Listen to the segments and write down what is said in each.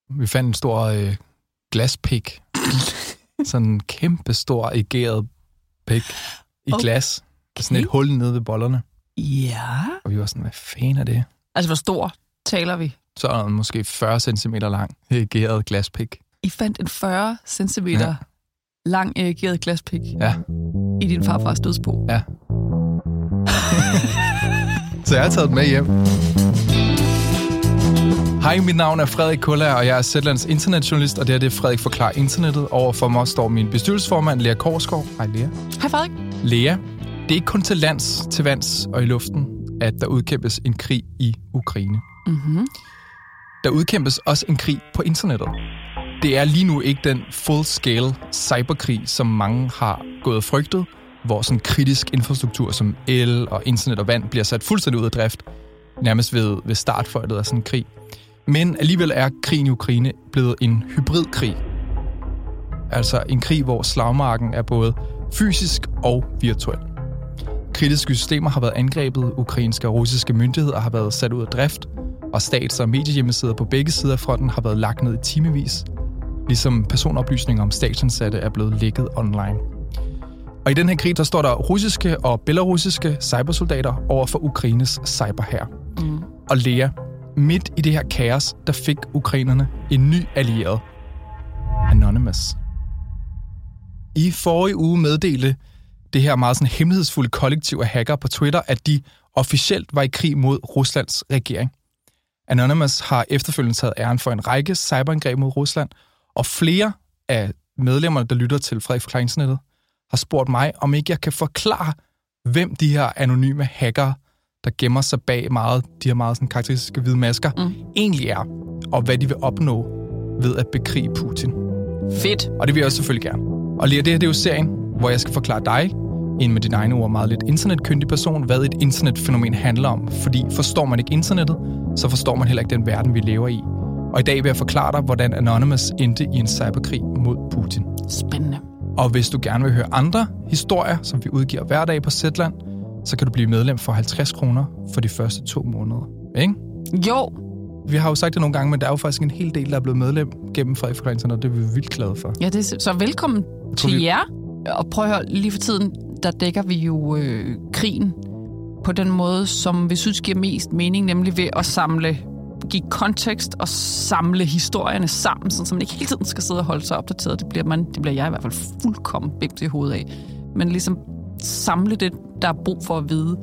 Vi fandt en stor glaspik. Sådan en kæmpe stor egeret pik i glas. Sådan et hul nede ved bollerne. Ja. Og vi var sådan, hvad fanden er det? Altså, hvor stor taler vi? Så er den måske 40 cm lang egeret glaspik. I fandt en 40 cm lang egeret glaspik i din farfars dødsbo? Ja. Så jeg har taget den med hjem. Hej, mit navn er Frederik Kuller, og jeg er Zetlands internetjournalist, og det er Frederik Forklarer Internettet. Overfor mig står min bestyrelsesformand, Lea Korsgaard. Hej, Lea. Hej, Frederik. Lea, det er ikke kun til lands, til vands og i luften, at der udkæmpes en krig i Ukraine. Mm-hmm. Der udkæmpes også en krig på internettet. Det er lige nu ikke den full-scale cyberkrig, som mange har gået og frygtet, hvor sådan kritisk infrastruktur som el og internet og vand bliver sat fuldstændig ud af drift, nærmest ved startføjtet af sådan en krig. Men alligevel er krigen i Ukraine blevet en hybridkrig. Altså en krig, hvor slagmarken er både fysisk og virtuel. Kritiske systemer har været angrebet, ukrainske og russiske myndigheder har været sat ud af drift, og stats- og mediehjemmesider på begge sider af fronten har været lagt ned i timevis, ligesom personoplysninger om statsansatte er blevet lækket online. Og i den her krig, der står der russiske og belarusiske cybersoldater over for Ukraines cyberhær. Mm. Og Lea, midt i det her kaos, der fik ukrainerne en ny allieret. Anonymous. I forrige uge meddelte det her meget sådan hemmelighedsfulde kollektiv af hackere på Twitter, at de officielt var i krig mod Ruslands regering. Anonymous har efterfølgende taget æren for en række cyberangreb mod Rusland, og flere af medlemmerne, der lytter til Frederik Forklarer Internettet, har spurgt mig, om ikke jeg kan forklare, hvem de her anonyme hackere, der gemmer sig bag de her meget sådan karakteristiske hvide masker, egentlig er, og hvad de vil opnå ved at bekrige Putin. Fedt. Og det vil jeg også selvfølgelig gerne. Og Lea, det her det er jo serien, hvor jeg skal forklare dig, en med dine egne ord meget lidt internetkyndig person, hvad et internetfænomen handler om. Fordi forstår man ikke internettet, så forstår man heller ikke den verden, vi lever i. Og i dag vil jeg forklare dig, hvordan Anonymous endte i en cyberkrig mod Putin. Spændende. Og hvis du gerne vil høre andre historier, som vi udgiver hver dag på Zetland, så kan du blive medlem for 50 kroner for de første 2 måneder. Ikke? Jo. Vi har jo sagt det nogle gange, men der er jo faktisk en hel del, der er blevet medlem gennem Frederik Forklarer Internettet, og det er vi vildt glade for. Ja, så velkommen til jer. Og prøv at høre, lige for tiden, der dækker vi jo krigen på den måde, som vi synes giver mest mening, nemlig ved at give kontekst og samle historierne sammen, så man ikke hele tiden skal sidde og holde sig opdateret. Det bliver jeg i hvert fald fuldkommen bimt i hovedet af. Men ligesom samle det, der er brug for at vide,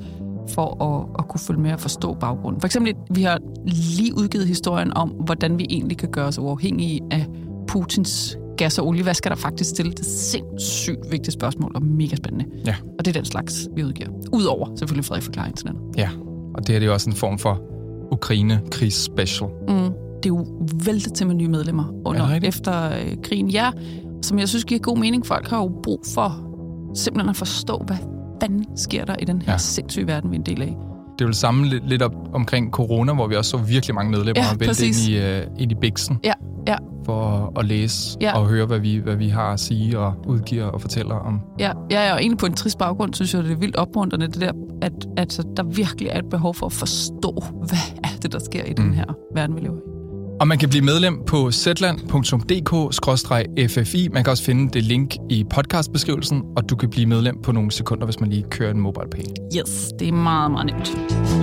for at kunne følge med og forstå baggrunden. For eksempel, vi har lige udgivet historien om, hvordan vi egentlig kan gøre os uafhængige af Putins gas og olie. Hvad skal der faktisk stille? Det er sindssygt vigtigt spørgsmål og mega spændende. Ja. Og det er den slags, vi udgiver. Udover selvfølgelig Frederik Forklarer Internettet. Ja, og det er jo også en form for Ukraine-krigs-special. Det er jo væltet til med nye medlemmer efter krigen. Ja, som jeg synes giver god mening. Folk har jo brug for simpelthen at forstå, hvad fanden sker der i den her sindssyge verden, vi er en del af. Det er jo det samme lidt omkring corona, hvor vi også så virkelig mange medlemmer vælte ind i biksen. Ja. For at læse og høre, hvad vi har at sige og udgiver og fortæller om. Ja, jeg er jo egentlig på en trist baggrund, synes jeg, det er vildt opmuntrende, det der, at der virkelig er et behov for at forstå, hvad er det, der sker i den her verden, vi lever i. Og man kan blive medlem på zetland.dk/FFI. Man kan også finde det link i podcastbeskrivelsen, og du kan blive medlem på nogle sekunder, hvis man lige kører en MobilePay. Yes, det er meget, meget nemt.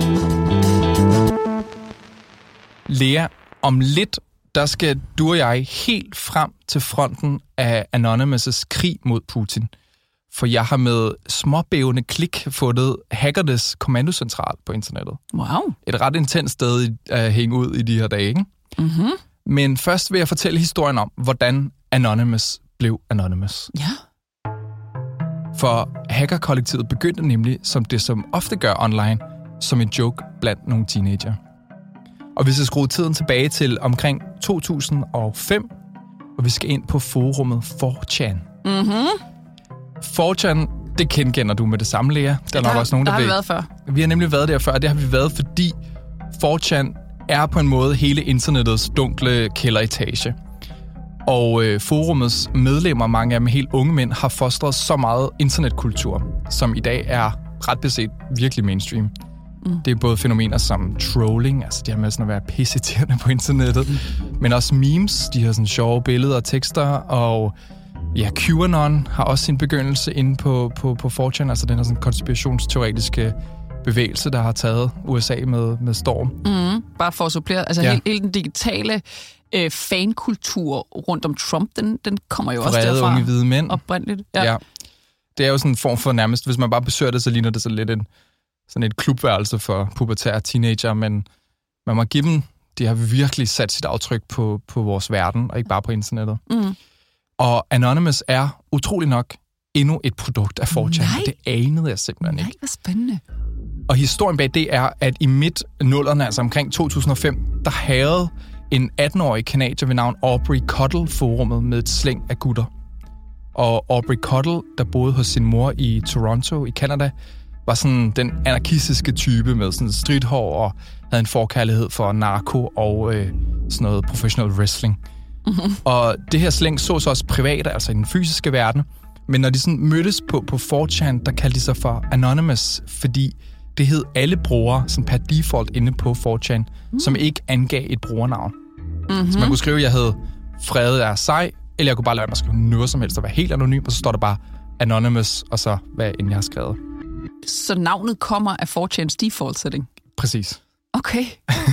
Lea, om lidt, der skal du og jeg helt frem til fronten af Anonymous' krig mod Putin. For jeg har med småbævende klik fundet hackernes kommandocentral på internettet. Wow. Et ret intens sted at hænge ud i de her dage, ikke? Mm-hmm. Men først vil jeg fortælle historien om, hvordan Anonymous blev Anonymous. Ja. For hackerkollektivet begyndte nemlig, som ofte gør online, som en joke blandt nogle teenager. Og vi skal skrue tiden tilbage til omkring 2005, og vi skal ind på forummet 4chan. Mm-hmm. 4chan, det kender du med det samme, Lea. Der er nok også nogen, der har vi været før. Vi har nemlig været der før, og det har vi været, fordi 4chan er på en måde hele internettets dunkle kælderetage. Og forummets medlemmer, mange af dem helt unge mænd, har fostret så meget internetkultur, som i dag er ret beset virkelig mainstream. Det er både fænomener som trolling, altså det her med sådan at være pisseirriterende på internettet, men også memes, de har sådan sjove billeder og tekster, og ja, QAnon har også sin begyndelse inde på 4chan, altså den her sådan konspirationsteoretiske bevægelse, der har taget USA med storm. Bare for at supplere, altså hele den digitale fankultur rundt om Trump, den kommer jo også derfra. Unge hvide mænd. Oprindeligt. Ja. Det er jo sådan en form for nærmest, hvis man bare besøger det, så ligner det så lidt sådan et klubværelse for pubertære teenager, men man må give dem, de har virkelig sat sit aftryk på vores verden, og ikke bare på internettet. Og Anonymous er utrolig nok endnu et produkt af 4chan. Det anede jeg simpelthen ikke. Nej, hvor spændende. Og historien bag det er, at i midt-nullerne, altså omkring 2005, der havde en 18-årig canadier ved navn Aubrey Cuttle forumet med et slæng af gutter. Og Aubrey Cuttle, der boede hos sin mor i Toronto i Canada, var sådan den anarkistiske type med sådan stridthår og havde en forkærlighed for narko og sådan noget professional wrestling. Og det her slæng så også privat, altså i den fysiske verden. Men når de sådan mødtes på 4chan, der kaldte de sig for Anonymous, fordi det hed alle brugere sådan per default inde på 4chan, som ikke angav et brugernavn. Så man kunne skrive, at jeg hed Frede er sej, eller jeg kunne bare lade mig skrive noget som helst og være helt anonym, og så står der bare Anonymous, og så hvad end jeg har skrevet. Så navnet kommer af 4chans default setting? Præcis. Okay.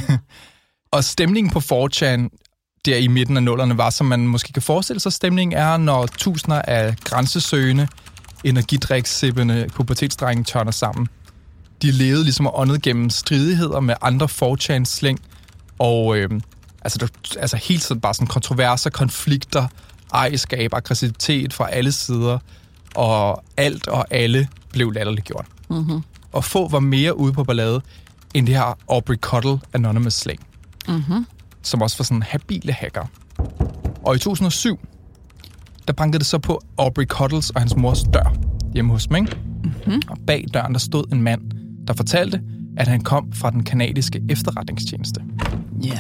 Og stemningen på 4chan der i midten af nullerne var, som man måske kan forestille sig, stemningen er, når tusinder af grænsesøgende, energidrikssippende pubertetsdrenge tørner sammen. De levede ligesom og åndede gennem stridigheder med andre 4chan-slæng, og altså hele tiden bare sådan kontroverser, konflikter, ejerskab, aggressivitet fra alle sider, og alt og alle blev latterliggjort. Og få var mere ude på ballade, end det her Aubrey Cuttle Anonymous slæng, som også var sådan habile hacker. Og i 2007, der bankede det så på Aubrey Cuttles og hans mors dør hjemme hos mig. Og bag døren, der stod en mand, der fortalte, at han kom fra den kanadiske efterretningstjeneste. Ja.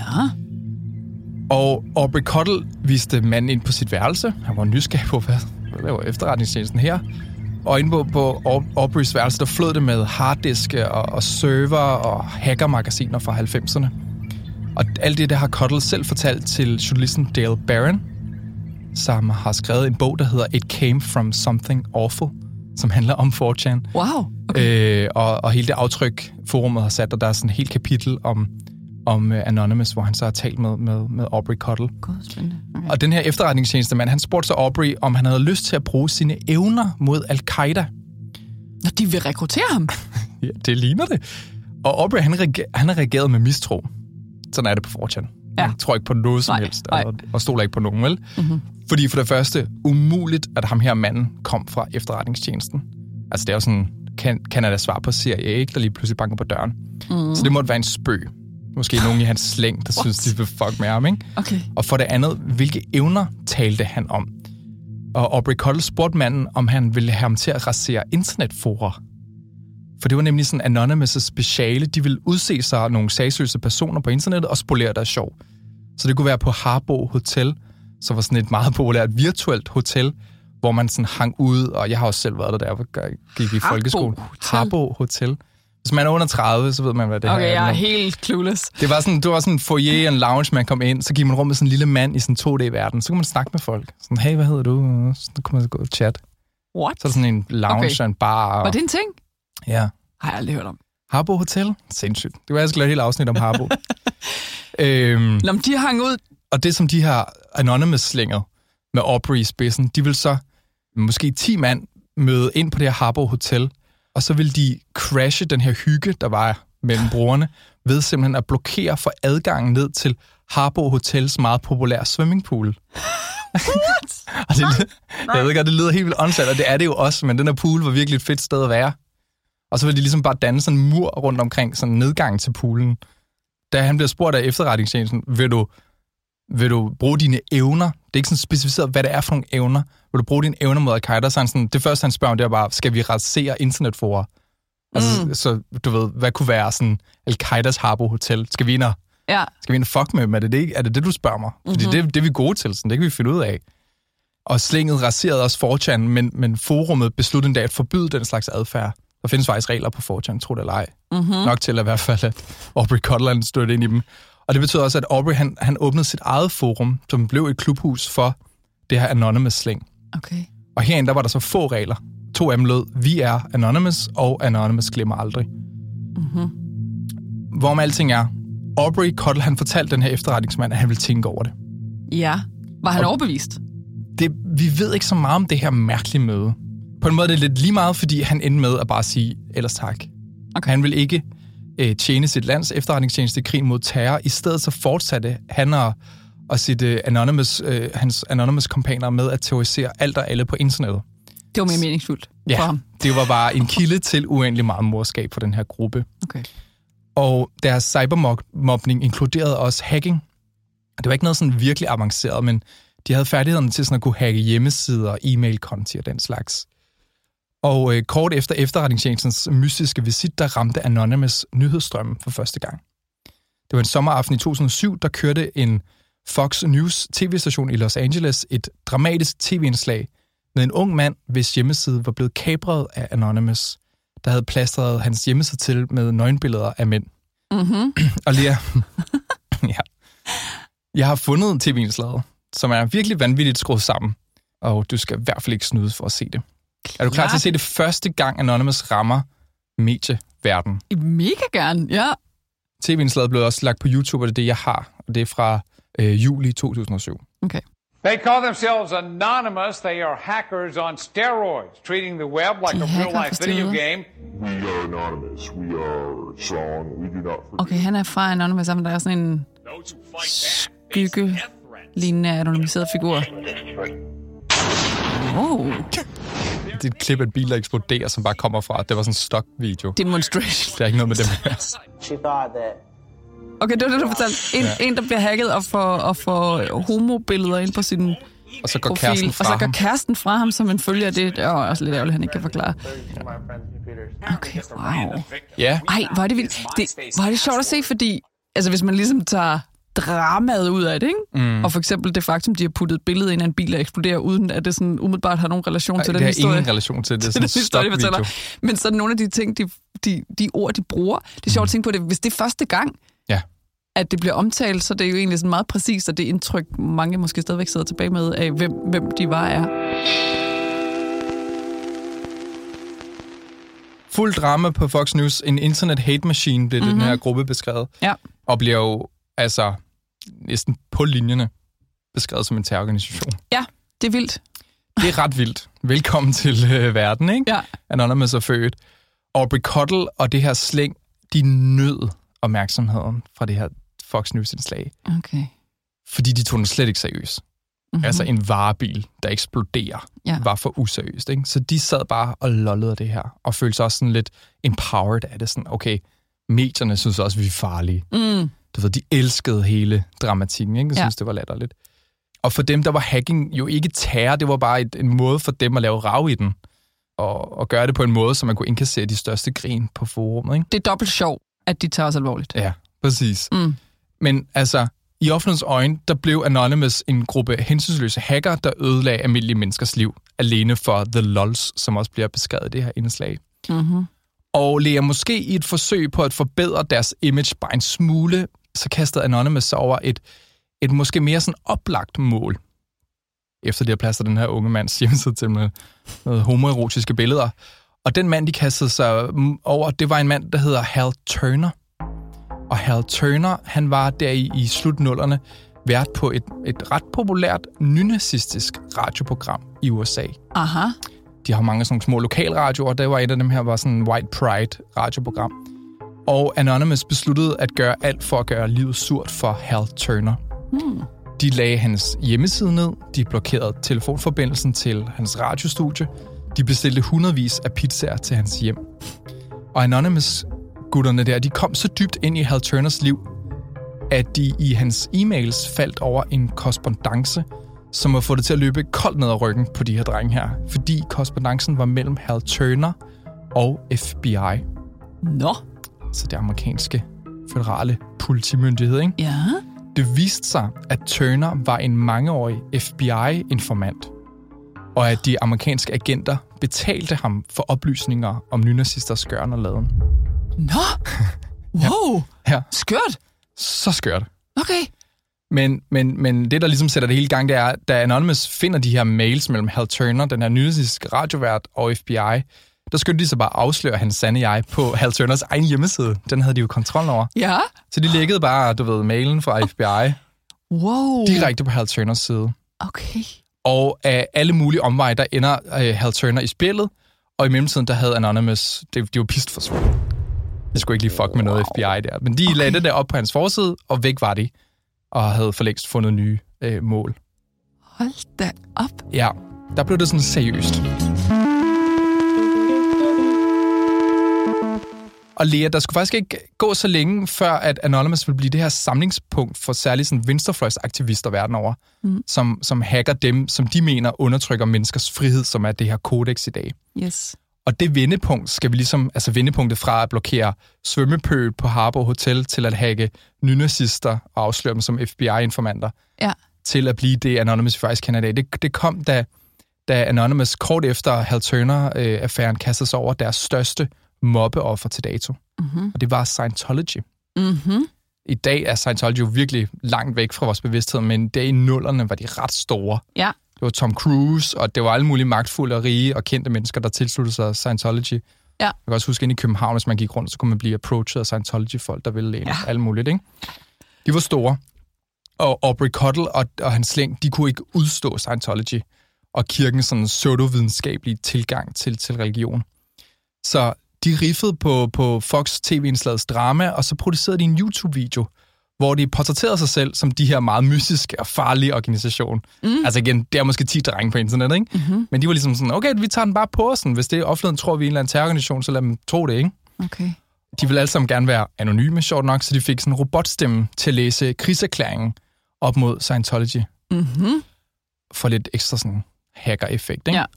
Og Aubrey Cuttle viste manden ind på sit værelse. Han var nysgerrig på, hvad laver efterretningstjenesten her? Og inde på Aubreys værelse, der flød det med harddiske og server og hackermagasiner fra 90'erne. Og alt det, der har Cuttle selv fortalt til journalisten Dale Barron, som har skrevet en bog, der hedder It Came From Something Awful, som handler om 4chan. Wow. Okay. Og hele det aftryk, forumet har sat, og der er sådan et helt kapitel om Anonymous, hvor han så har talt med Aubrey Cuttle. God, spændende. Okay. Og den her efterretningstjenestemand, han spurgte så Aubrey, om han havde lyst til at bruge sine evner mod Al-Qaida. Når de vil rekruttere ham? Ja, det ligner det. Og Aubrey, han har reageret med mistro. Sådan er det på 4chan. Jeg tror ikke på noget som helst, og stoler ikke på nogen, vel? Fordi for det første, umuligt, at ham her manden kom fra efterretningstjenesten. Altså, det er jo sådan Canadas svar på CIA, ikke? Der lige pludselig banker på døren. Så det måtte være en spøg. Måske nogen i hans slæng, der synes, de vil fuck med ham, ikke? Okay. Og for det andet, hvilke evner talte han om? Og Aubrey Cuttle spurgte manden, om han ville have ham til at rasere internetforer. For det var nemlig sådan Anonymous' speciale. De ville udse sig nogle sagsøse personer på internettet og spolere deres sjov. Så det kunne være på Harbo Hotel, som var sådan et meget populært virtuelt hotel, hvor man sådan hang ud, og jeg har også selv været der, jeg gik i folkeskole. Harbo Hotel. Hvis man er under 30, så ved man, hvad det her er. Okay, jeg er helt clueless. Det var sådan en foyer, en lounge, man kom ind, så gik man rundt med sådan en lille mand i sådan 2D-verden. Så kunne man snakke med folk. Sådan, hey, hvad hedder du? Så kunne man gå og chat. What? Så er der sådan en lounge og en bar. Var det en ting? Ja. Har jeg aldrig hørt om. Harbo Hotel? Sindssygt. Det var jeg skal lave et helt afsnit om Harbo. Når de hang ud. Og det, som de har Anonymous-slænger med Aubrey i spidsen, de vil så måske 10 mand møde ind på det her Harbo Hotel, og så vil de crashe den her hygge, der var mellem brugerne, ved simpelthen at blokere for adgangen ned til Harbo Hotels meget populære swimmingpool. Og jeg ved godt, det lyder helt vildt åndssvagt, og det er det jo også, men den her pool var virkelig et fedt sted at være. Og så vil de ligesom bare danne sådan en mur rundt omkring sådan en nedgang til poolen. Da han bliver spurgt af efterretningstjenesten, vil du bruge dine evner? Det er ikke sådan specificeret, hvad det er for nogle evner. Vil du bruge dine evner mod Al-Qaida? Så sådan, det første, han spørger om, det er bare, skal vi rasere internetforer? Altså, så du ved, hvad kunne være sådan Al-Qaidas Harbo Hotel? Skal vi ind og fuck med dem? Er det det, du spørger mig? Fordi det er vi gode til, sådan, det kan vi finde ud af. Og slænget raserede også 4chan, men forumet besluttede en dag at forbyde den slags adfærd. Der findes faktisk regler på 4chan, tro det eller ej. Nok til at i hvert fald, at Aubrey Cutler stod ind i dem. Og det betyder også, at Aubrey han åbnede sit eget forum, som blev et klubhus for det her Anonymous-slæng. Okay. Og herinde, der var der så få regler. 2 af dem lød, vi er Anonymous, og Anonymous glemmer aldrig. Hvorom alting er, Aubrey Cutler, han fortalte den her efterretningsmand, at han ville tænke over det. Ja. Var han overbevist? Vi ved ikke så meget om det her mærkelige møde. På en måde er det lidt lige meget, fordi han endte med at bare sige, ellers tak. Okay. Han vil ikke tjene sit lands efterretningstjeneste i krigen mod terror. I stedet så fortsatte han og sit hans Anonymous-kompaner med at terrorisere alt og alle på internettet. Det var mere meningsfuldt for ham. Det var bare en kilde til uendelig meget morskab for den her gruppe. Okay. Og deres cybermobning inkluderede også hacking. Det var ikke noget sådan virkelig avanceret, men de havde færdigheden til sådan at kunne hacke hjemmesider, e-mail-konti og den slags. Og kort efter efterretningstjenestens mystiske visit, der ramte Anonymous nyhedsstrømmen for første gang. Det var en sommeraften i 2007, der kørte en Fox News tv-station i Los Angeles et dramatisk tv-indslag med en ung mand, hvis hjemmeside var blevet kapret af Anonymous, der havde plastret hans hjemmeside til med nøgenbilleder af mænd. Og Lea, jeg har fundet tv-indslaget, som er virkelig vanvittigt skruet sammen, og du skal i hvert fald ikke snyde for at se det. Er du klar til at se det første gang, Anonymous rammer medieverdenen? Mega gerne, ja. TV-indslaget blev også lagt på YouTube, og det er det, jeg har. Og det er fra juli 2007. Okay. They call themselves Anonymous. They are hackers on steroids, treating the web like a real-life video game. We are Anonymous. We are strong. We do not forget. Okay, han er fra Anonymous, men der er sådan en skygge-lignende anonymiseret figur. Oh. Det er et klip af et bil, der eksploderer, som bare kommer fra. Det var sådan en stock-video. Demonstration. Det er ikke noget med dem her. She thought that. Okay, det var det, du fortalte. En, der bliver hacket og får homobilleder ind på sin og så går profil. kæresten fra og så går ham. kæresten fra ham, som en følge af det. Det er også lidt ærgerligt, han ikke kan forklare. Okay, wow. Ja. Ej, hvor er det vildt. Hvor er det sjovt at se, fordi altså, hvis man ligesom tager dramaet ud af det, ikke? Og for eksempel det faktum, de har puttet et billede ind af en bil, der eksploderer, uden at det sådan umiddelbart har nogen relation til den historie. Det har ingen relation til det. Det er sådan en stock-video. Men så er nogle af de ting, de ord, de bruger. Det er sjovt at tænke på det. Hvis det er første gang, at det bliver omtalt, så det er jo egentlig sådan meget præcist, og det indtryk, mange måske stadigvæk sidder tilbage med, af hvem de var er. Fuld drama på Fox News. En internet hate machine blev den her gruppe beskrevet. Ja. Og bliver jo altså næsten på linjerne beskrevet som en terrororganisation. Ja, det er vildt. Det er ret vildt. Velkommen til verden, ikke? Ja. Anonymous er født. Aubrey Cutler og det her slæng, de nød opmærksomheden fra det her Fox News-indslag. Okay. Fordi de tog den slet ikke seriøst. Altså en varebil, der eksploderer, var for useriøst. Ikke? Så de sad bare og lollede det her, og følte sig også sådan lidt empowered af det. Sådan, okay, medierne synes også, vi er farlige. Du ved, de elskede hele dramatikken, ikke? Jeg synes, det var latterligt. Og for dem, der var hacking jo ikke terror, det var bare en måde for dem at lave rav i den, og gøre det på en måde, så man kunne indkassere de største grin på forummet. Ikke? Det er dobbelt sjov, at de tager os alvorligt. Ja, præcis. Men altså, i offentlighedens øjne, der blev Anonymous en gruppe hensynsløse hacker, der ødelagde almindelige menneskers liv, alene for The Lols, som også bliver beskrevet i det her indslag. Og Lea, måske i et forsøg på at forbedre deres image bare en smule, så kastede Anonymous sig over et måske mere sådan oplagt mål, efter de har plastret den her unge mands hjemmeside til med noget homoerotiske billeder. Og den mand, de kastede sig over, det var en mand, der hedder Hal Turner. Og Hal Turner, han var der i slut-nullerne vært på et ret populært nynazistisk radioprogram i USA. Aha. De har mange sådan nogle små lokalradioer, og der var et af dem her, var sådan en White Pride radioprogram. Og Anonymous besluttede at gøre alt for at gøre livet surt for Hal Turner. De lagde hans hjemmeside ned, de blokerede telefonforbindelsen til hans radiostudie, de bestilte hundredvis af pizzaer til hans hjem. Og Anonymous-gutterne der, de kom så dybt ind i Hal Turners liv, at de i hans e-mails faldt over en korrespondance, som har fået det til at løbe koldt ned ad ryggen på de her drenge her, fordi korrespondancen var mellem Hal Turner og FBI. Nå. Så det amerikanske føderale politimyndighed, ikke? Ja. Det viste sig, at Turner var en mangeårig FBI-informant, og at de amerikanske agenter betalte ham for oplysninger om nynazisters gøren og laden. Nå! Wow! Ja. Skørt! Så skørt. Okay. Men det, der ligesom sætter det hele i gang, det er, da Anonymous finder de her mails mellem Hal Turner, den her nynazistiske radiovært, og FBI, der skyndte de så bare afsløre hans sande jeg på Hal Turners egen hjemmeside. Den havde de jo kontrol over. Ja. Så de lækkede bare, mailen fra FBI direkte på Hal Turners side. Okay. Og af alle mulige omveje, der ender Hal Turner i spillet, og i mellemtiden, der havde Anonymous, de var pist for svagt. De skulle ikke lige fuck med noget FBI der. Men de lagde det der op på hans forside, og væk var de, og havde for længst fundet nye mål. Hold da op. Ja, der blev det sådan seriøst. Og Lea, der skulle faktisk ikke gå så længe, før at Anonymous ville blive det her samlingspunkt for særligt sådan venstrefløjsaktivister verden over, som hacker dem, som de mener undertrykker menneskers frihed, som er det her kodex i dag. Yes. Og det vendepunkt skal vi ligesom, altså vendepunktet fra at blokere svømmepøl på Harbour Hotel til at hacke nynazister og afsløre dem som FBI-informanter, til at blive det, Anonymous faktisk kender i dag. Det kom, da Anonymous kort efter Hal Turner-affæren kastede sig over deres største mobbeoffer til dato. Mm-hmm. Og det var Scientology. Mm-hmm. I dag er Scientology jo virkelig langt væk fra vores bevidsthed, men der i nullerne var de ret store. Ja. Det var Tom Cruise, og det var alle mulige magtfulde og rige og kendte mennesker, der tilsluttede sig Scientology. Ja. Jeg kan også huske, inde i København, hvis man gik rundt, så kunne man blive approached af Scientology-folk, der ville alt muligt, ikke? De var store. Og Aubrey Cottle og hans slæng, de kunne ikke udstå Scientology og kirkens sådan pseudovidenskabelige tilgang til religion. Så de riffede på Fox TV-indslagets drama, og så producerede de en YouTube-video, hvor de portrætterede sig selv som de her meget mystiske og farlige organisation. Altså igen, det er måske 10 drenge på internettet, ikke? Mm-hmm. Men de var ligesom sådan, okay, vi tager den bare på os. Hvis det er offentligheden tror, vi er en eller anden terrororganisation, så lad dem tro det, ikke? Okay. De ville alle sammen gerne være anonyme, sjovt nok, så de fik sådan en robotstemme til at læse krigserklæringen op mod Scientology. Mm-hmm. For lidt ekstra sådan hacker-effekt, ikke? Ja.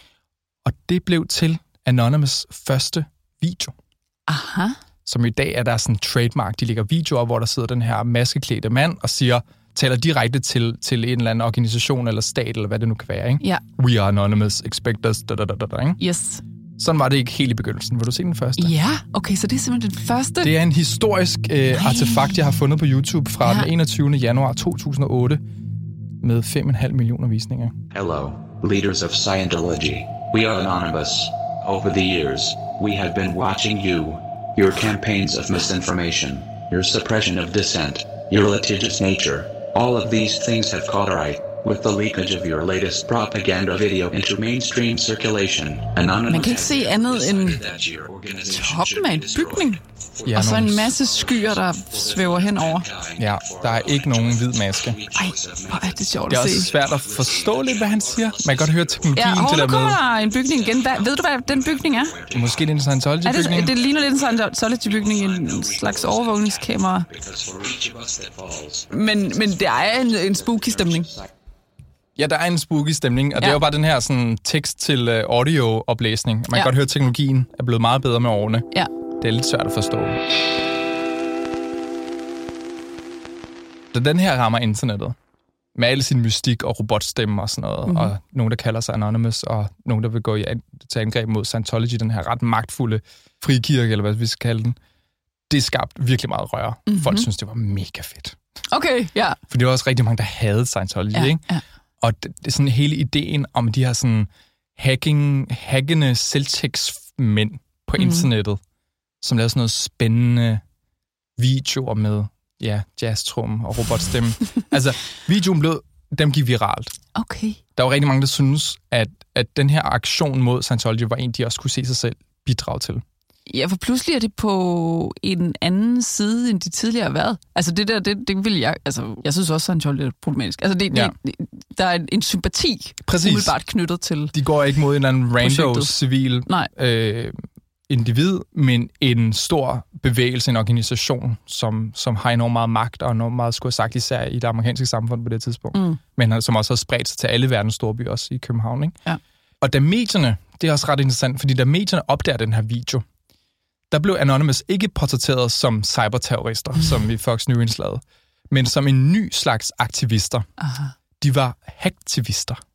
Og det blev til Anonymous første video. Aha. Som i dag er der sådan en trademark. De lægger videoer, hvor der sidder den her maskeklædte mand og taler direkte til en eller anden organisation eller stat, eller hvad det nu kan være, ikke? Ja. We are anonymous, expect us, ikke? Yes. Sådan var det ikke helt i begyndelsen. Vil du se den første? Ja, okay, så det er simpelthen den første? Det er en historisk artefakt, jeg har fundet på YouTube fra den 21. januar 2008 med 5,5 millioner visninger. Hello, leaders of Scientology. We are anonymous. Over the years, we have been watching you. Your campaigns of misinformation, your suppression of dissent, your litigious nature, all of these things have caught our eye. With the leakage of your latest propaganda video into mainstream circulation, Anonymous. Man kan ikke se andet end toppen af en bygning, og så en masse skyer, der svæver henover. Ja, der er ikke nogen hvid maske. Ej, hvor er det sjovt at se. Det er også svært at forstå lidt, hvad han siger. Man kan godt høre teknologien til der med. Ja, nu kommer der en bygning igen. Ved du, hvad den bygning er? Måske det er en Scientology-bygning. Det ligner lidt en Scientology-bygning, en slags overvågningskamera. Men det er en spooky stemning. Ja, der er en spooky stemning, og det er jo bare den her sådan, tekst til audio-oplæsning. Man kan godt høre, at teknologien er blevet meget bedre med årene. Ja. Det er lidt svært at forstå. Da den her rammer internettet, med alle sin mystik og robotstemme og sådan noget, og nogen, der kalder sig Anonymous, og nogen, der vil gå til angreb mod Scientology, den her ret magtfulde frikirke, eller hvad vi skal kalde den, det skabte virkelig meget røre. Folk synes, det var mega fedt. Okay, ja. For det var også rigtig mange, der havde Scientology, ikke? Ja. Og det er sådan hele ideen om de her sådan hackende selvtægtsmænd på internettet, som lavede sådan noget spændende videoer med jazztrum og robotstemme. Altså, videoen dem gik viralt. Okay. Der var rigtig mange, der synes, at den her aktion mod Scientology var en, de også kunne se sig selv bidrage til. Ja, for pludselig er det på en anden side, end de tidligere har været. Altså det vil jeg... Altså, jeg synes også, at Scientology er problematisk. Altså, der er en sympati umiddelbart knyttet til... De går ikke mod en eller anden random civil individ, men en stor bevægelse, en organisation, som har enormt meget magt og enormt meget skulle have sagt, især i det amerikanske samfund på det tidspunkt. Men som også har spredt sig til alle verdens storbyer, også i København, ikke? Ja. Og da medierne... Det er også ret interessant, fordi da medierne opdager den her video, der blev Anonymous ikke portrætteret som cyberterrorister, som i Fox News-indslaget, men som en ny slags aktivister. Aha. De var hacktivister.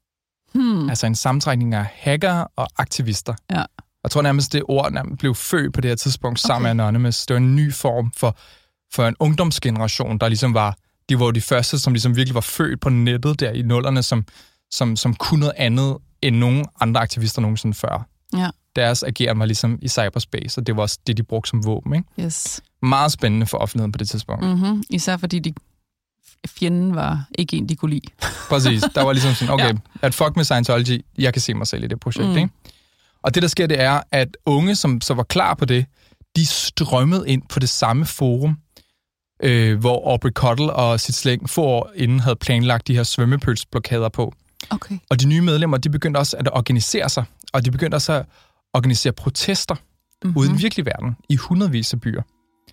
Altså en sammentrækning af hackere og aktivister. Ja. Jeg tror nærmest, det ord blev født på det her tidspunkt sammen med Anonymous. Det var en ny form for en ungdomsgeneration, der ligesom var... De var de første, som ligesom virkelig var født på nettet der i nullerne, som kunne noget andet end nogen andre aktivister nogensinde før. Ja. Deres ageren var ligesom i cyberspace, og det var også det, de brugte som våben. Ikke? Yes. Meget spændende for offentligheden på det tidspunkt. Mm-hmm. Især fordi fjenden var ikke en, de kunne lide. Præcis. Der var ligesom sådan, okay, at fuck med Scientology, jeg kan se mig selv i det projekt. Ikke? Og det, der sker, det er, at unge, som så var klar på det, de strømmede ind på det samme forum, hvor Aubrey Cottle og sit slæng få år inden havde planlagt de her svømmepølsblokader på. Okay. Og de nye medlemmer, de begyndte også at organisere sig, og de begyndte også at organisere protester ude i den virkelige verden, i hundredvis af byer.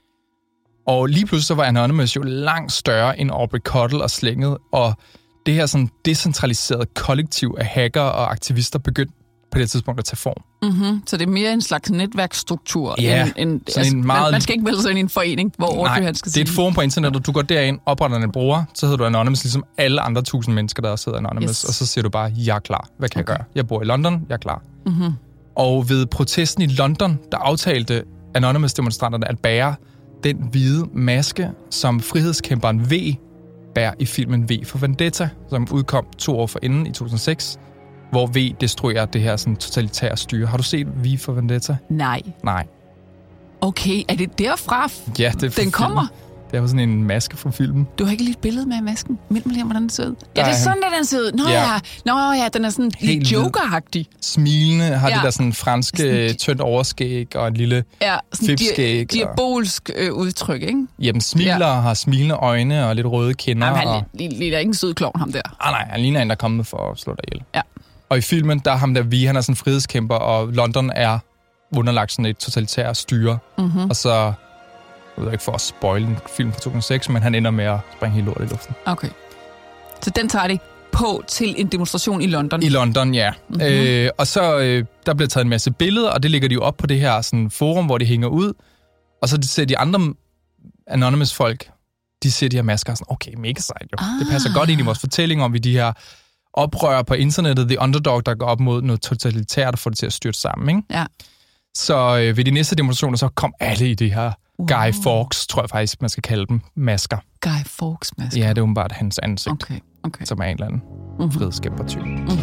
Og lige pludselig så var Anonymous jo langt større end Aubrey Cottle og slænget, og det her sådan decentraliserede kollektiv af hackere og aktivister begyndte på det tidspunkt at tage form. Mm-hmm. Så det er mere en slags netværksstruktur. Man skal ikke melde sig ind i en forening, hvor han skal sige. Det er et forum på internettet, du går derind, opretter en bruger, så hedder du Anonymous, ligesom alle andre 1000 mennesker, der også hedder Anonymous, og så siger du bare, jeg er klar. Hvad kan jeg gøre? Jeg bor i London, jeg er klar. Mm-hmm. Og ved protesten i London, der aftalte Anonymous-demonstranterne at bære den hvide maske, som frihedskæmperen V bærer i filmen V for Vendetta, som udkom 2 år forinden i 2006, hvor V destruerer det her sådan totalitære styre. Har du set V for Vendetta? Nej. Okay, er det derfra, ja, det er den kommer? Det var sådan en maske fra filmen. Du har ikke lige et billede med masken? Mind mig lige om, hvordan den ser ud. Ja, det er sådan, at den ser ud. Nå ja, den er sådan lidt joker-agtig. Smilende, har det der sådan franske tyndt overskæg og en lille fipskæg. Diabolsk udtryk, ikke? Jamen, har smilende øjne og lidt røde kinder. Jamen, han ligner ikke en sød klovn, ham der. Nej, han ligner en, der er kommet for at slå dig ihjel. Ja. Og i filmen, der er ham der Vi, han er sådan en frihedskæmper, og London er underlagt sådan et totalitært styre. Mm-hmm. Og så... Jeg ved ikke for at spoile en film fra 2006, men han ender med at springe helt lort i luften. Okay. Så den tager det på til en demonstration i London? I London, ja. Mm-hmm. Og så der bliver taget en masse billeder, og det ligger de jo op på det her sådan, forum, hvor de hænger ud. Og så ser de andre Anonymous-folk, de ser de her masker og sådan, okay, mega sejt jo. Det passer godt ind i vores fortælling om, vi de her oprør på internettet, the underdog, der går op mod noget totalitært og får det til at styrte sammen, ikke? Ja. Så ved de næste demonstrationer, så kom alle i det her Guy Fawkes, tror jeg faktisk, man skal kalde dem, masker. Guy Fawkes-masker? Ja, det er umiddelbart hans ansigt, okay. Som er en eller anden frihedskæmper-type.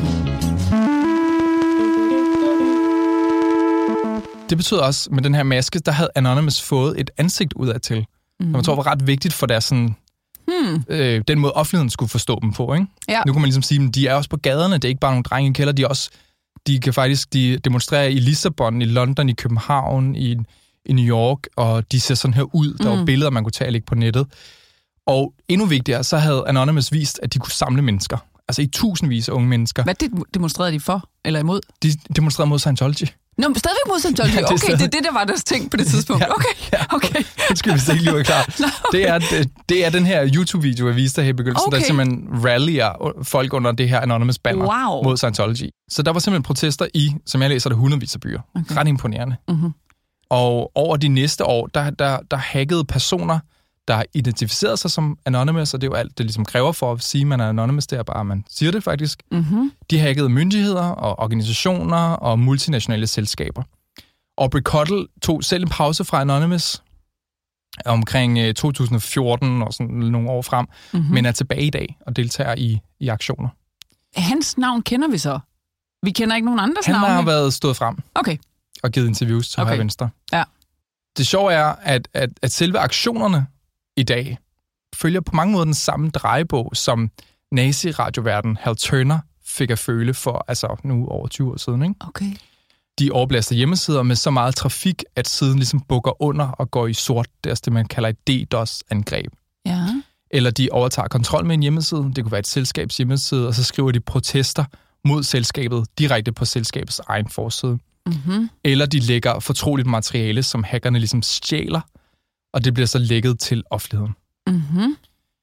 Det betyder også, med den her maske, der havde Anonymous fået et ansigt udadtil, som jeg tror var ret vigtigt for deres sådan, den måde offentligheden skulle forstå dem på, ikke? Ja. Nu kan man ligesom sige, at de er også på gaderne, det er ikke bare nogle drenge i kælder, de kan faktisk demonstrere i Lissabon, i London, i København, i New York, og de ser sådan her ud. Der var billeder, man kunne tage og lægge på nettet. Og endnu vigtigere, så havde Anonymous vist, at de kunne samle mennesker. Altså i tusindvis af unge mennesker. Hvad demonstrerede de for, eller imod? De demonstrerede mod Scientology. Nå, men stadigvæk mod Scientology. Ja, okay, det er det, der var deres ting på det tidspunkt. Okay. Det skal vi ikke lige være klar. Det er den her YouTube-video, jeg viste her i begyndelsen, der simpelthen rallyer folk under det her Anonymous-banner mod Scientology. Så der var simpelthen protester i, som jeg læser det, hundredvis af byer. Okay. Ret imponerende. Mm-hmm. Og over de næste år, der hackede personer, der identificerede sig som Anonymous, og det er jo alt, det ligesom kræver for at sige, at man er Anonymous, det er bare, at man siger det faktisk. Mm-hmm. De hackede myndigheder og organisationer og multinationale selskaber. Aubrey Cottle tog selv en pause fra Anonymous omkring 2014 og sådan nogle år frem, men er tilbage i dag og deltager i aktioner. Hans navn kender vi så? Vi kender ikke nogen andres navn? Han har været stået frem. Okay. Og givet interviews til højre og venstre. Ja. Det sjove er, at selve aktionerne i dag følger på mange måder den samme drejebog, som nazi-radioverden Hal Turner fik at føle for nu over 20 år siden. Ikke? Okay. De overbelaster hjemmesider med så meget trafik, at siden ligesom bukker under og går i sort. Det er det, man kalder et DDoS-angreb. Ja. Eller de overtager kontrol med en hjemmeside. Det kunne være et selskabs hjemmeside, og så skriver de protester mod selskabet direkte på selskabets egen forside. Mm-hmm. Eller de lægger fortroligt materiale, som hackerne ligesom stjæler, og det bliver så lækket til offentligheden. Mm-hmm.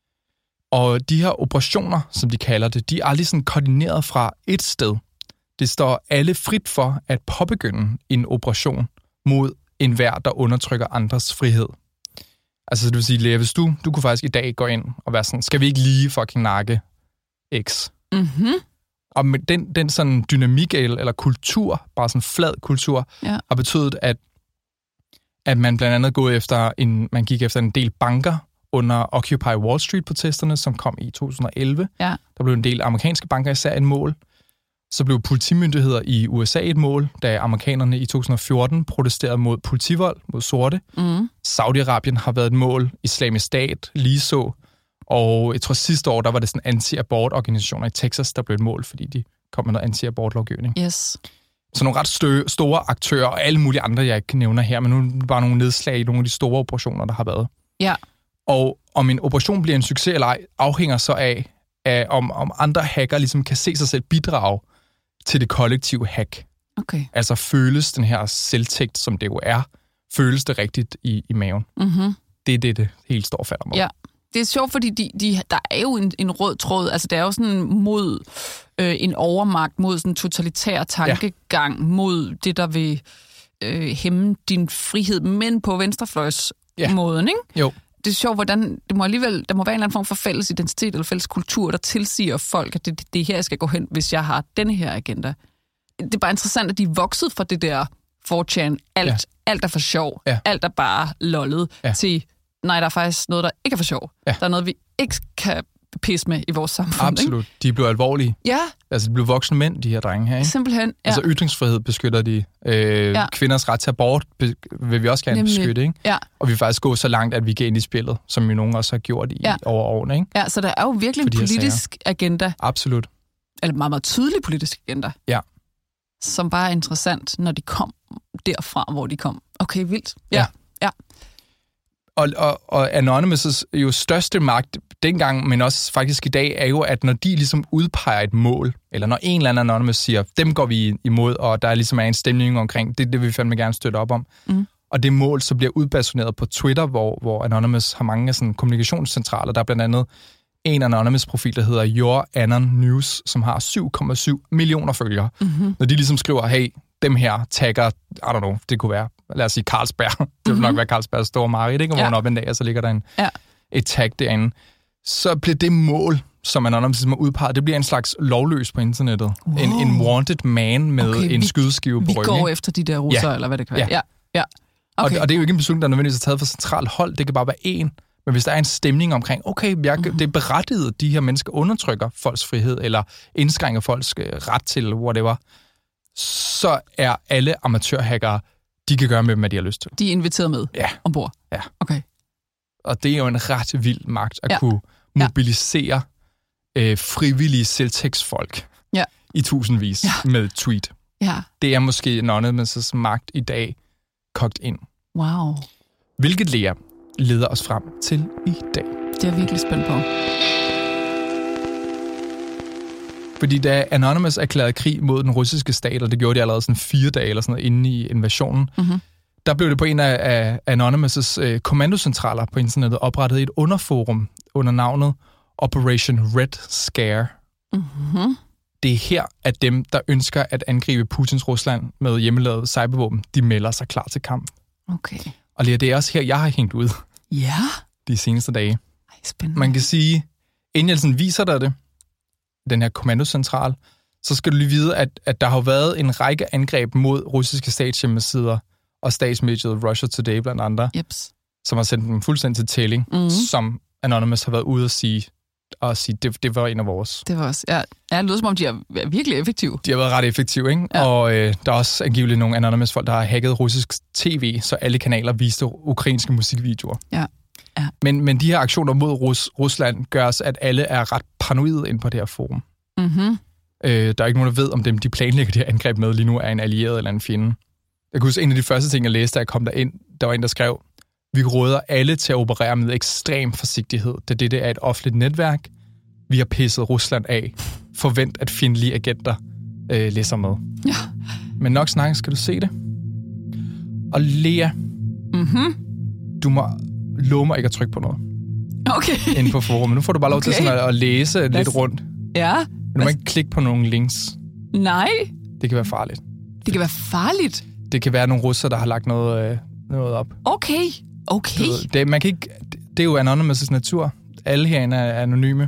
Og de her operationer, som de kalder det, de er aldrig sådan koordineret fra et sted. Det står alle frit for at påbegynde en operation mod enhver, der undertrykker andres frihed. Altså det vil sige, Lea, hvis du kunne faktisk i dag gå ind og være sådan, skal vi ikke lige fucking nakke X? Mm-hmm. Og den sådan dynamik eller kultur, bare sådan flad kultur, har betydet, at man blandt andet man gik efter en del banker under Occupy Wall Street-protesterne, som kom i 2011. Ja. Der blev en del amerikanske banker især et mål. Så blev politimyndigheder i USA et mål, da amerikanerne i 2014 protesterede mod politivold, mod sorte. Saudi-Arabien har været et mål, Islamisk Stat ligeså. Og jeg tror sidste år, der var det sådan anti-abort-organisationer i Texas, der blev et mål, fordi de kom med noget anti-abort-lovgivning. Yes. Så nogle ret store aktører, og alle mulige andre, jeg ikke nævner her, men nu er det bare nogle nedslag i nogle af de store operationer, der har været. Ja. Og om en operation bliver en succes eller ej, afhænger så af om andre hacker ligesom kan se sig selv bidrage til det kollektive hack. Okay. Altså føles den her selvtægt, som det jo er, føles det rigtigt i maven. Mm-hmm. Det er det helt står falder med. Ja. Det er sjovt, fordi der er jo en rød tråd. Altså, det er jo sådan mod en overmagt, mod sådan en totalitær tankegang, mod det, der vil hæmme din frihed, men på venstrefløjsmåden, ikke? Jo. Det er sjovt, hvordan der må være en eller anden form for fælles identitet eller fælles kultur, der tilsiger folk, at det er her, jeg skal gå hen, hvis jeg har denne her agenda. Det er bare interessant, at de er vokset fra det der 4chan. Alt er for sjov. Ja. Alt er bare lollet til... Nej, der er faktisk noget, der ikke er for sjov. Ja. Der er noget, vi ikke kan pisse med i vores samfund. Absolut. Ikke? De blev alvorlige. Ja. Altså, de blev voksne mænd, de her drenge her. Ikke? Simpelthen, ja. Altså, ytringsfrihed beskytter de. Kvinders ret til abort vil vi også gerne beskytte, ikke? Ja. Og vi vil faktisk gå så langt, at vi går ind i spillet, som vi nogen også har gjort over årene, ikke? Ja, så der er jo virkelig en politisk agenda. Absolut. Eller meget, meget tydelig politisk agenda. Ja. Som bare er interessant, når de kom derfra, hvor de kom. Okay, vildt. Ja. Og Anonymous' jo største magt dengang, men også faktisk i dag, er jo, at når de ligesom udpeger et mål, eller når en eller anden Anonymous siger, dem går vi imod, og der ligesom er en stemning omkring, det vil vi fandme gerne støtte op om. Og det mål så bliver udbasuneret på Twitter, hvor Anonymous har mange sådan kommunikationscentraler. Der er blandt andet en Anonymous-profil, der hedder Your Anon News, som har 7,7 millioner følgere. Når de ligesom skriver, hey, dem her tagger, I don't know, det kunne være, lad os sige Carlsberg. Det vil nok være Carlsbergs store marked, ikke? Og vågne op en dag, og så ligger der et tag derinde. Så bliver det mål, som Anonymous har udpeget, det bliver en slags lovløs på internettet. Wow. En wanted man med en skydeskive på ryggen. Vi går efter de der russere, eller hvad det kan være. Ja. Okay. Og det er jo ikke en beslutning, der nødvendigvis er taget fra centralt hold. Det kan bare være en. Men hvis der er en stemning omkring, okay, det er berettiget, at de her mennesker undertrykker folks frihed, eller indskrænker folks ret til whatever, så er alle amatørhackere, de kan gøre med dem, hvad de har lyst til. De er inviteret med ombord? Ja. Okay. Og det er jo en ret vild magt at kunne mobilisere frivillige selvtægtsfolk i tusindvis med et tweet. Ja. Det er måske Anonymous' magt i dag kogt ind. Wow. Hvilket Lea leder os frem til i dag. Det er jeg virkelig spændt på. Fordi da Anonymous erklærede krig mod den russiske stat, og det gjorde de allerede sådan 4 dage eller sådan noget inde i invasionen, der blev det på en af Anonymous' kommandocentraler på internettet oprettet et underforum under navnet Operation Red Scare. Det er her, at dem, der ønsker at angribe Putins Rusland med hjemmelavet cybervåben, de melder sig klar til kamp. Okay. Og det er også her, jeg har hængt ud de seneste dage. Ej, spændende. Man kan sige, inden jeg sådan viser dig det, den her kommandocentral, så skal du lige vide, at der har været en række angreb mod russiske statshjemmesider og statsmediet Russia Today blandt andre, som har sendt dem fuldstændig til tælling, som Anonymous har været ude at sige, det var en af vores. Det var også, det lyder som om, de er virkelig effektive. De har været ret effektive, ikke? Ja. Og der er også angiveligt nogle Anonymous-folk, der har hacket russisk tv, så alle kanaler viste ukrainske musikvideoer. Ja. Ja. Men de her aktioner mod Rusland gør også, at alle er ret paranoide inde på det her forum. Der er ikke nogen, der ved, om dem, de planlægger det her angreb med lige nu, er en allieret eller en fjende. Jeg kunne huske, en af de første ting, jeg læste, da jeg kom derind, der var en, der skrev, vi råder alle til at operere med ekstrem forsigtighed, da dette er et offentligt netværk. Vi har pisset Rusland af. Forvent, at fjendtlige agenter læser med. Ja. Men nok snakke, skal du se det. Og Lea, du må love mig ikke at trykke på noget. Okay. Inde på forum. Nu får du bare lov til sådan at læse lidt rundt. Ja. Men du må ikke klikke på nogle links. Nej. Det kan være farligt. Det kan være farligt? Det kan være nogle russere, der har lagt noget op. Okay. Det er jo Anonymous' natur. Alle herinde er anonyme.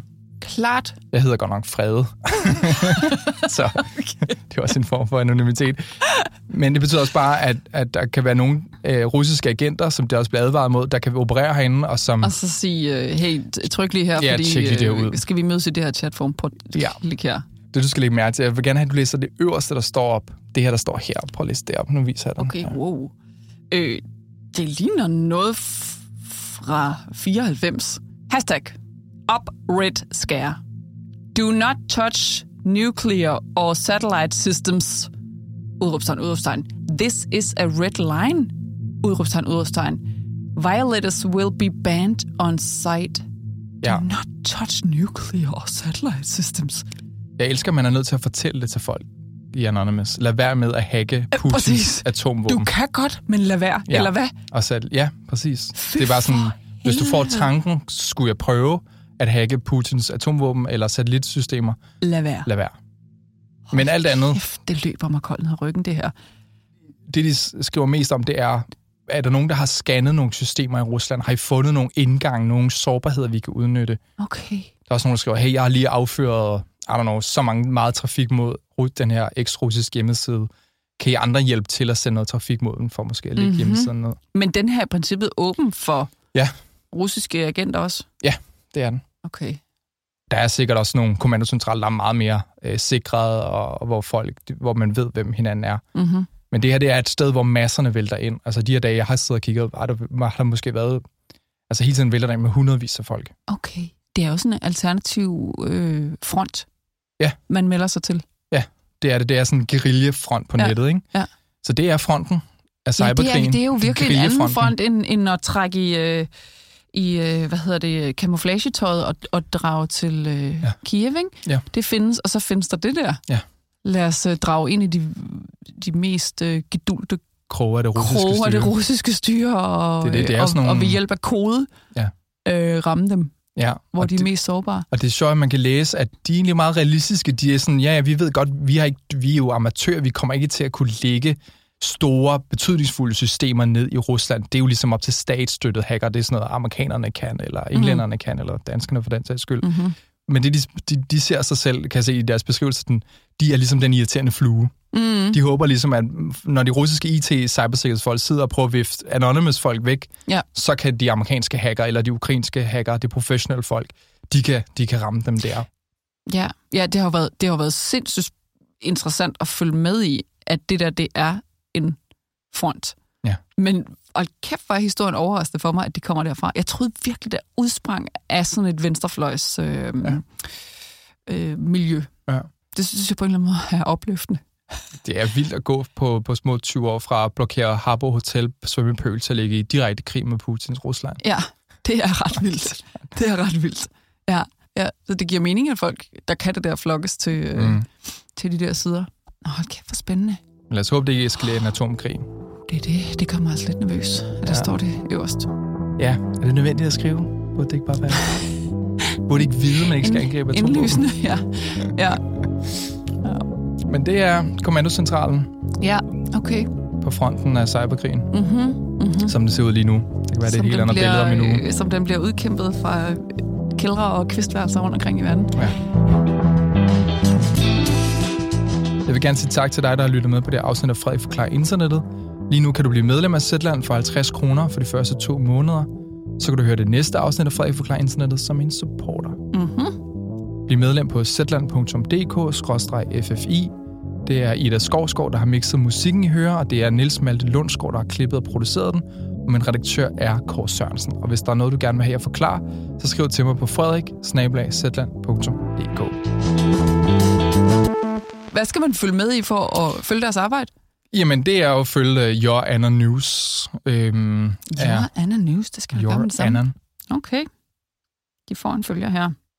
Klart. Jeg hedder godt nok Frede. Så det er også en form for anonymitet. Men det betyder også bare, at der kan være nogle russiske agenter, som det også bliver advaret mod, der kan operere herinde, og som... Og så sige, hey, tryk lige her, fordi skal vi mødes i det her chatform på klik her. Det, du skal lægge mærke til. Jeg vil gerne have, at du læser det øverste, der står op. Det her, der står her. Prøv at læse det op. Nu viser jeg dig. Okay, wow. Det ligner noget fra 94. Hashtag #UpRedScare. Do not touch nuclear or satellite systems. Udråbstegn. This is a red line. Udråbstegn. Violators will be banned on site. Do not touch nuclear or satellite systems. Jeg elsker, at man er nødt til at fortælle det til folk i Anonymous. Lad være med at hacke Putins atomvåben. Du kan godt, men lad være. Eller hvad? Og så, ja, præcis. Det er bare sådan, hvis du får tanken, skulle jeg prøve at hacke Putins atomvåben eller satellitsystemer. Lad være. Men alt andet... Det løber mig koldt ned ad ryggen, det her. Det, de skriver mest om, det er der nogen, der har scannet nogle systemer i Rusland? Har I fundet nogle indgange, nogle sårbarheder, vi kan udnytte? Okay. Der er også nogen, der skriver, hey, jeg har lige affyret, så meget trafik mod den her eks-russiske hjemmeside. Kan I andre hjælpe til at sende noget trafik mod den, for måske at lægge hjemmesiden ned? Men den her er i princippet åben for russiske agenter også? Ja, det er den. Okay. Der er sikkert også nogle kommandocentraler, der er meget mere sikret, og hvor man ved, hvem hinanden er. Mm-hmm. Men det her, det er et sted, hvor masserne vælter ind. Altså de her dage, jeg har siddet og kigget, har der måske været... Altså hele tiden vælter der ind med hundredvis af folk. Okay. Det er jo sådan en alternativ front, man melder sig til. Ja, det er det. Det er sådan en guerillefront på nettet, ikke? Ja. Så det er fronten af cyberkrigen. Det er jo virkelig en anden front, end at trække i camouflagetøjet og drage til Kiev, ikke? Ja. Det findes, og så findes der det der. Ja. Lad os drage ind i de mest gedulte kroge af det russiske styre, og ved hjælp af kode ramme dem. Ja, hvor de er mest sårbare. Og det er sjovt, at man kan læse, at de er egentlig meget realistiske. De er sådan, vi ved godt, vi er jo amatører, vi kommer ikke til at kunne lægge store, betydningsfulde systemer ned i Rusland. Det er jo ligesom op til statsstøttet hacker. Det er sådan noget, amerikanerne kan, eller englænderne kan, eller danskerne for den sags skyld. Mm-hmm. Men det, de ser sig selv, kan jeg se i deres beskrivelse, de er ligesom den irriterende flue. Mm. De håber ligesom, at når de russiske IT-cybersikkerhedsfolk sidder og prøver at vifte Anonymous-folk væk, så kan de amerikanske hacker, eller de ukrainske hacker, de professionelle folk, de kan ramme dem der. Ja, det har været sindssygt interessant at følge med i, at det er en front. Ja. Men kæft, var historien overraskende for mig, at de kommer derfra. Jeg troede virkelig, der udsprang af sådan et venstrefløjs miljø. Ja. Det synes jeg på en eller anden måde er opløftende. Det er vildt at gå på små 20 år fra at blokere Habbo Hotel på svømmepøl til at ligge i direkte krig med Putins Rusland. Ja, det er ret vildt. Det er ret vildt. Ja, så det giver mening, at folk, der kan det der, flokkes til de der sider. Hold kæft, hvor spændende. Lad os håbe, det ikke eskalerer en atomkrig. Det gør mig altså lidt nervøs, at der står det øverst. Ja, er det nødvendigt at skrive? Burde det ikke bare være? Burde ikke vide, at man ikke skal angribe atomvåben? Indlysende, ja. Men det er kommandocentralen. Ja, okay. På fronten af cyberkrigen. Som det ser ud lige nu. Det kan være, det er et helt andet billede om en uge. Som den bliver udkæmpet fra kældre og kvistværelser rundt omkring i verden. Ja. Jeg vil gerne sige tak til dig, der har lyttet med på det afsnit af Frederik Forklarer Internettet. Lige nu kan du blive medlem af Zetland for 50 kroner for de første 2 måneder. Så kan du høre det næste afsnit af Frederik Forklarer Internettet som en supporter. Bliv medlem på zetland.dk/ffi. Det er Ida Skovsgaard, der har mixet musikken i hører, og det er Niels Malte Lundsgaard, der har klippet og produceret den, og min redaktør er Kåre Sørensen. Og hvis der er noget, du gerne vil have at forklare, så skriv til mig på frederik@zetland.dk. Hvad skal man følge med i for at følge deres arbejde? Jamen, det er jo at følge Your Anna News. Your Anna News, det skal jeg gøre med det samme. Okay. De får en følger her.